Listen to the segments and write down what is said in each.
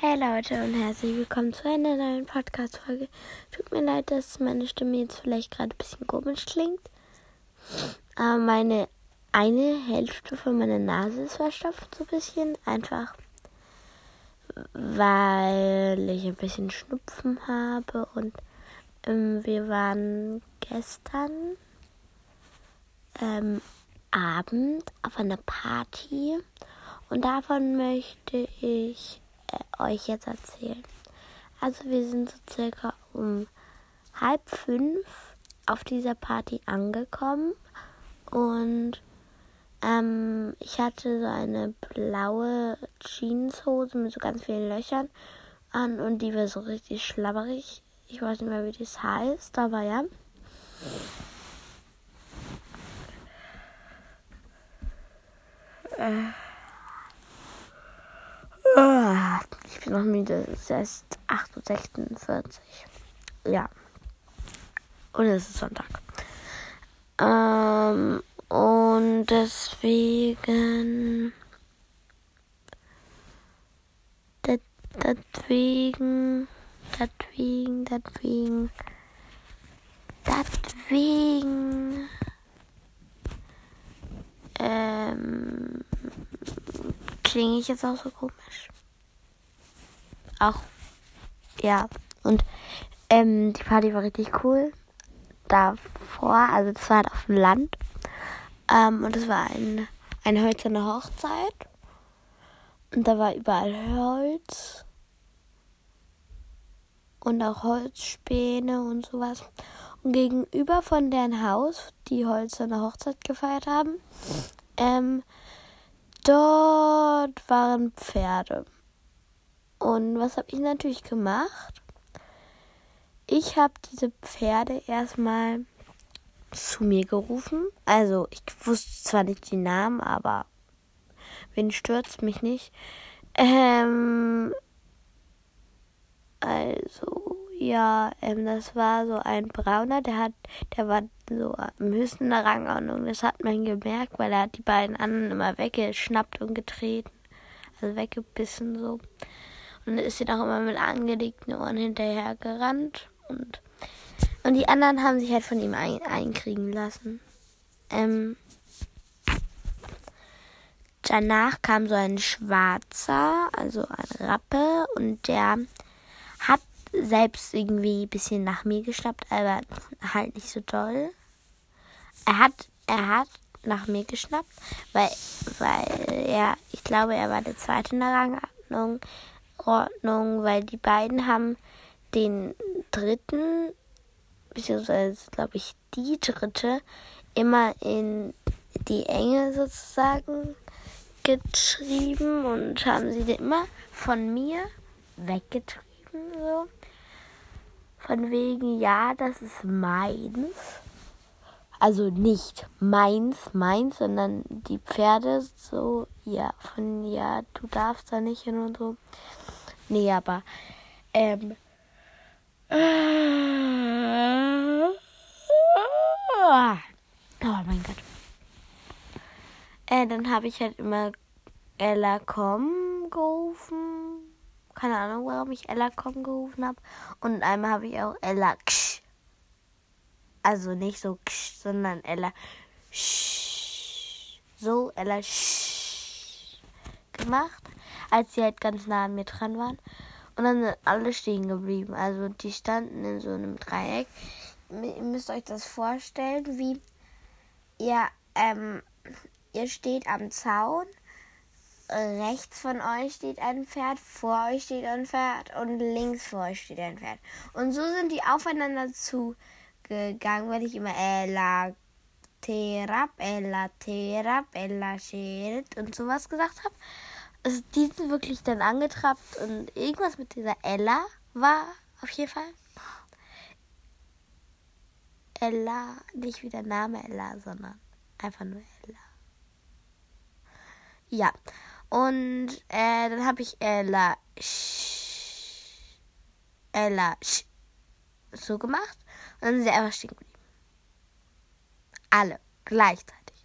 Hey Leute und herzlich willkommen zu einer neuen Podcast-Folge. Tut mir leid, dass meine Stimme jetzt vielleicht gerade ein bisschen komisch klingt. Aber meine eine Hälfte von meiner Nase ist verstopft so ein bisschen. Einfach weil ich ein bisschen Schnupfen habe und wir waren gestern Abend auf einer Party und davon möchte ich euch jetzt erzählen. Also wir sind so circa um 4:30 auf dieser Party angekommen und ich hatte so eine blaue Jeanshose mit so ganz vielen Löchern an und die war so richtig schlabberig. Ich weiß nicht mehr, wie das heißt, aber ja. Ich bin noch müde. Es ist 8:46 Uhr. Ja. Und es ist Sonntag. Und deswegen. Deswegen klinge ich jetzt auch so komisch. Auch, ja. Und die Party war richtig cool. Davor, also das war halt auf dem Land. Und es war eine hölzerne Hochzeit. Und da war überall Holz. Und auch Holzspäne und sowas. Und gegenüber von deren Haus, die hölzerne Hochzeit gefeiert haben, dort waren Pferde. Und was habe ich natürlich gemacht? Ich habe diese Pferde erstmal zu mir gerufen. Also ich wusste zwar nicht die Namen, aber wen stürzt mich nicht. Das war so ein Brauner, der war so im höchsten Rangordnung. Das hat man gemerkt, weil er hat die beiden anderen immer weggeschnappt und getreten. Also weggebissen so. Und ist sie auch immer mit angelegten Ohren hinterher gerannt. Und die anderen haben sich halt von ihm einkriegen lassen. Danach kam so ein Schwarzer, also ein Rappe. Und der hat selbst irgendwie ein bisschen nach mir geschnappt, aber halt nicht so doll. Er hat nach mir geschnappt, weil ich glaube, er war der Zweite in der Rangordnung, weil die beiden haben den Dritten, beziehungsweise glaube ich die Dritte, immer in die Enge sozusagen getrieben und haben sie immer von mir weggetrieben. So. Von wegen, ja, das ist meins. Also nicht meins, sondern die Pferde so, ja, du darfst da nicht hin und so. Nee, aber, oh mein Gott. Dann habe ich halt immer Ella komm gerufen. Keine Ahnung, warum ich Ella komm gerufen habe. Und einmal habe ich auch Ella ksch. Also nicht so ksch, sondern Ella sch. So Ella sch gemacht, als sie halt ganz nah an mir dran waren. Und dann sind alle stehen geblieben. Also die standen in so einem Dreieck. Ihr müsst euch das vorstellen, wie ihr steht am Zaun. Rechts von euch steht ein Pferd, vor euch steht ein Pferd und links vor euch steht ein Pferd. Und so sind die aufeinander zugegangen, weil ich immer Ella Terab, Ella Scheret und sowas gesagt habe. Also die sind wirklich dann angetrappt und irgendwas mit dieser Ella war auf jeden Fall. Ella, nicht wie der Name Ella, sondern einfach nur Ella. Ja. Und dann habe ich Ella so gemacht. Und dann sind sie einfach stehen geblieben. Alle gleichzeitig.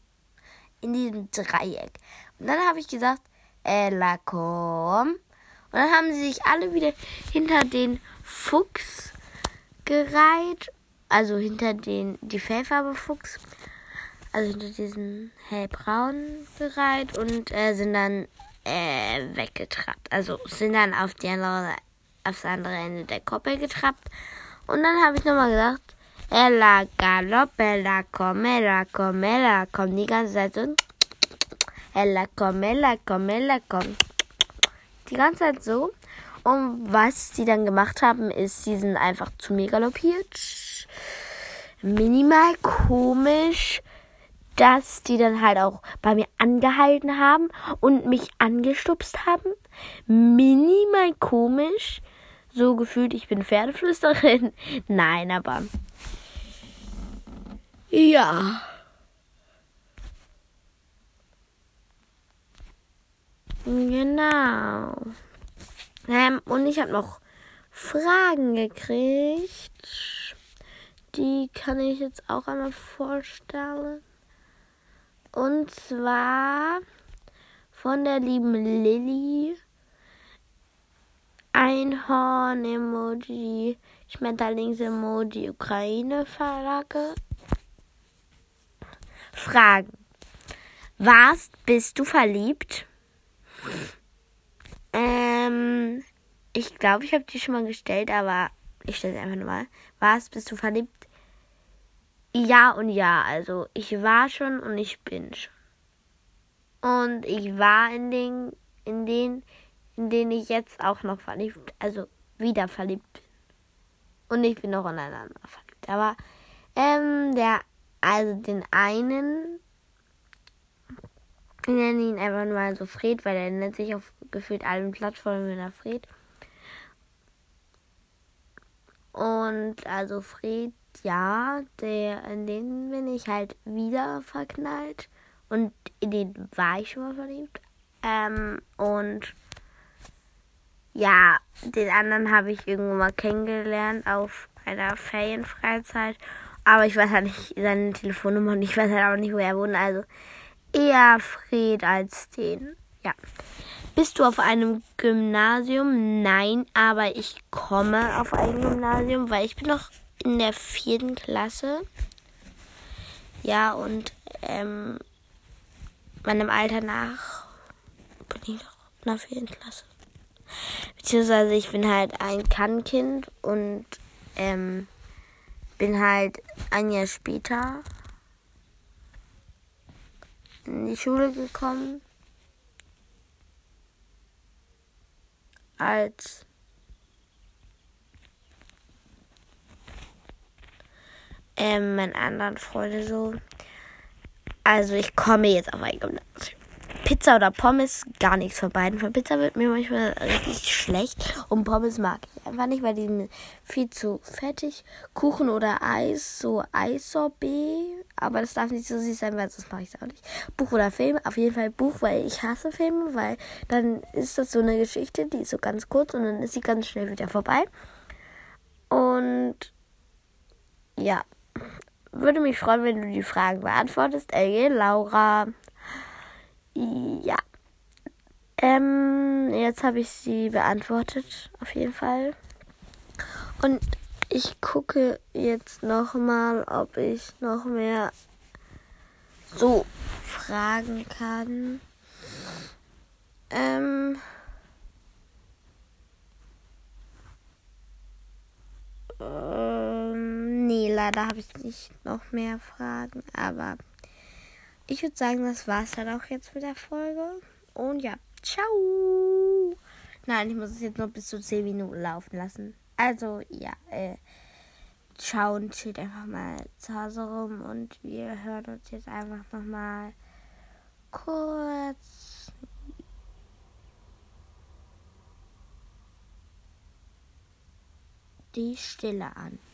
In diesem Dreieck. Und dann habe ich gesagt, Ella komm. Und dann haben sie sich alle wieder hinter den Fuchs gereiht. Also hinter die Fellfarbe Fuchs. Also hinter diesen hellbraun gereiht und sind dann weggetrappt. Also sind dann aufs andere Ende der Koppel getrappt. Und dann habe ich nochmal gesagt, Ella Galopp, Ella komm, Ella komm, Ella komm. Die ganze Zeit so. Ella komm, Ella komm, Ella komm. Die ganze Zeit so. Und was sie dann gemacht haben, ist, sie sind einfach zu mir galoppiert. Minimal komisch, dass die dann halt auch bei mir angehalten haben und mich angestupst haben. Minimal komisch. So gefühlt, ich bin Pferdeflüsterin. Nein, aber ja. Genau. Und ich habe noch Fragen gekriegt. Die kann ich jetzt auch einmal vorstellen. Und zwar von der lieben Lilly. Einhorn-Emoji, Schmetterlings-Emoji, Ukraine-Flagge. Fragen. Bist du verliebt? Ich glaube, ich habe die schon mal gestellt, aber ich stelle es einfach nochmal. Bist du verliebt? Ja und ja. Also ich war schon und ich bin schon. Und ich war in denen ich jetzt auch noch also wieder verliebt bin. Und ich bin noch ineinander verliebt. Aber den einen, ich nenne ihn einfach mal so Fred, weil er nennt sich auf gefühlt allen Plattformen wieder Fred. Und also Fred, ja, in den bin ich halt wieder verknallt. Und in den war ich schon mal verliebt. Und ja, den anderen habe ich irgendwo mal kennengelernt auf einer Ferienfreizeit. Aber ich weiß halt nicht seine Telefonnummer und ich weiß halt auch nicht, wo er wohnt. Also eher Fred als den. Ja. Bist du auf einem Gymnasium? Nein, aber ich komme auf ein Gymnasium, weil ich bin noch in der 4. Klasse. Ja, und meinem Alter nach bin ich noch in der 4. Klasse. Beziehungsweise ich bin halt ein Kann-Kind und bin halt ein Jahr später in die Schule gekommen als meine anderen Freunde so. Also ich komme jetzt auf ein Gymnasium. Pizza oder Pommes, gar nichts von beiden. Von Pizza wird mir manchmal richtig schlecht. Und Pommes mag ich einfach nicht, weil die sind viel zu fettig. Kuchen oder Eis, so Eissorbet. Aber das darf nicht so süß sein, weil sonst mache ich es auch nicht. Buch oder Film, auf jeden Fall Buch, weil ich hasse Filme. Weil dann ist das so eine Geschichte, die ist so ganz kurz und dann ist sie ganz schnell wieder vorbei. Und ja, würde mich freuen, wenn du die Fragen beantwortest. LG, Laura. Ja. Jetzt habe ich sie beantwortet, auf jeden Fall. Und ich gucke jetzt nochmal, ob ich noch mehr so fragen kann. Nee, leider habe ich nicht noch mehr Fragen, aber ich würde sagen, das war's dann auch jetzt mit der Folge. Und ja, ciao. Nein, ich muss es jetzt noch bis zu 10 Minuten laufen lassen. Also, ja, ciao und chillt einfach mal zu Hause rum. Und wir hören uns jetzt einfach nochmal kurz die Stille an.